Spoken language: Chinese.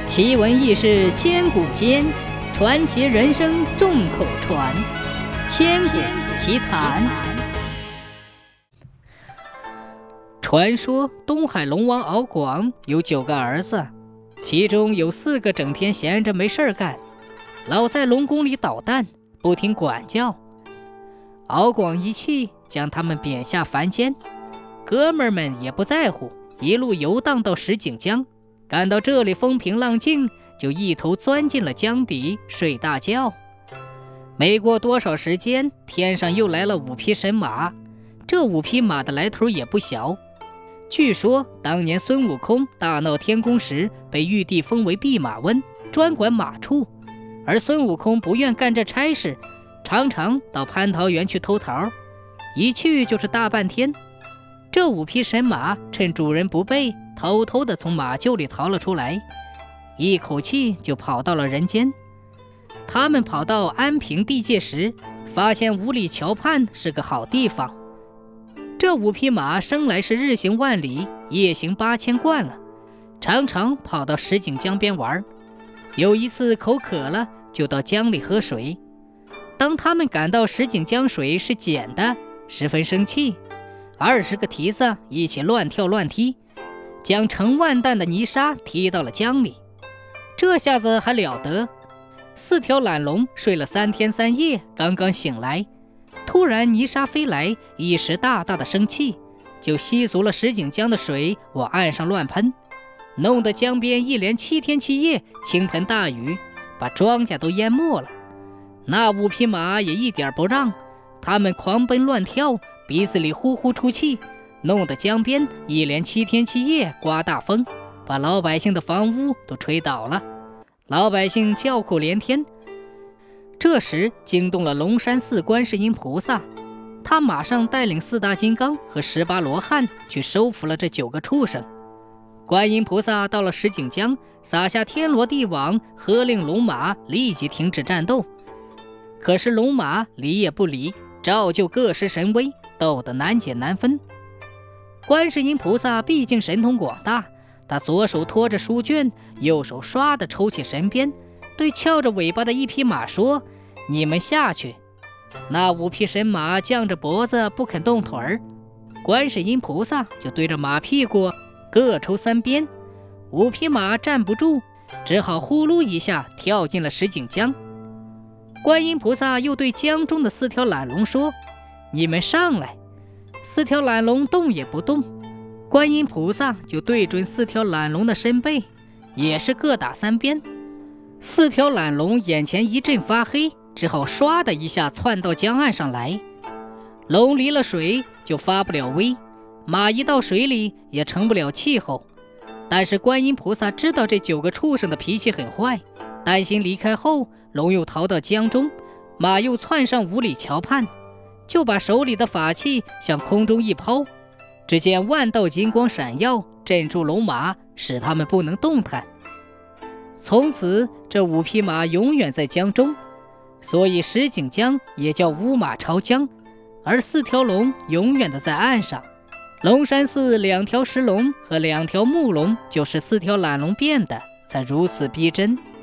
奇闻异事千古间，传奇人生众口传。千古奇谈。传说东海龙王敖广有9个儿子，其中有4个整天闲着没事干，老在龙宫里捣蛋，不听管教。敖广一气将他们贬下凡间，哥们儿们也不在乎，一路游荡到石井江，感到这里风平浪静，就一头钻进了江底睡大觉。没过多少时间，天上又来了5匹神马，这5匹马的来头也不小。据说当年孙悟空大闹天宫时，被玉帝封为弼马温，专管马处，而孙悟空不愿干这差事，常常到蟠桃园去偷桃，一去就是大半天。这5匹神马趁主人不备，偷偷地从马厩里逃了出来，一口气就跑到了人间。他们跑到安平地界时，发现五里桥畔是个好地方。这5匹马生来是日行万里，夜行8000惯了，常常跑到石井江边玩。有一次口渴了，就到江里喝水。当他们感到石井江水是碱的，十分生气，20个蹄子一起乱跳乱踢，将成万担的泥沙踢到了江里。这下子还了得，4条懒龙睡了3天3夜，刚刚醒来，突然泥沙飞来，一时大大的生气，就吸足了石井江的水往岸上乱喷，弄得江边一连7天7夜倾盆大雨，把庄稼都淹没了。那5匹马也一点不让，他们狂奔乱跳，鼻子里呼呼出气，弄得江边一连7天7夜刮大风，把老百姓的房屋都吹倒了，老百姓叫苦连天。这时惊动了龙山寺观世音菩萨，他马上带领4大金刚和18罗汉去收服了这9个畜生。观音菩萨到了石井江，撒下天罗地网，喝令龙马立即停止战斗。可是龙马理也不理，照旧各施神威，斗得难解难分。观世音菩萨毕竟神通广大，他左手托着书卷，右手唰地抽起神鞭，对翘着尾巴的1匹马说：你们下去。那5匹神马犟着脖子不肯动腿儿，观世音菩萨就对着马屁股各抽3鞭，5匹马站不住，只好呼噜一下跳进了石井江。观音菩萨又对江中的4条懒龙说：你们上来。4条懒龙动也不动，观音菩萨就对准4条懒龙的身背，也是各打3鞭。4条懒龙眼前一阵发黑，只好唰的一下窜到江岸上来。龙离了水就发不了威，马一到水里也成不了气候。但是观音菩萨知道这9个畜生的脾气很坏，担心离开后龙又逃到江中，马又窜上5里桥畔，就把手里的法器向空中一抛，只见万道金光闪耀，镇住龙马，使他们不能动弹。从此这5匹马永远在江中，所以石井江也叫乌马朝江，而4条龙永远的在岸上。龙山寺2条石龙和2条木龙就是4条懒龙变的，才如此逼真。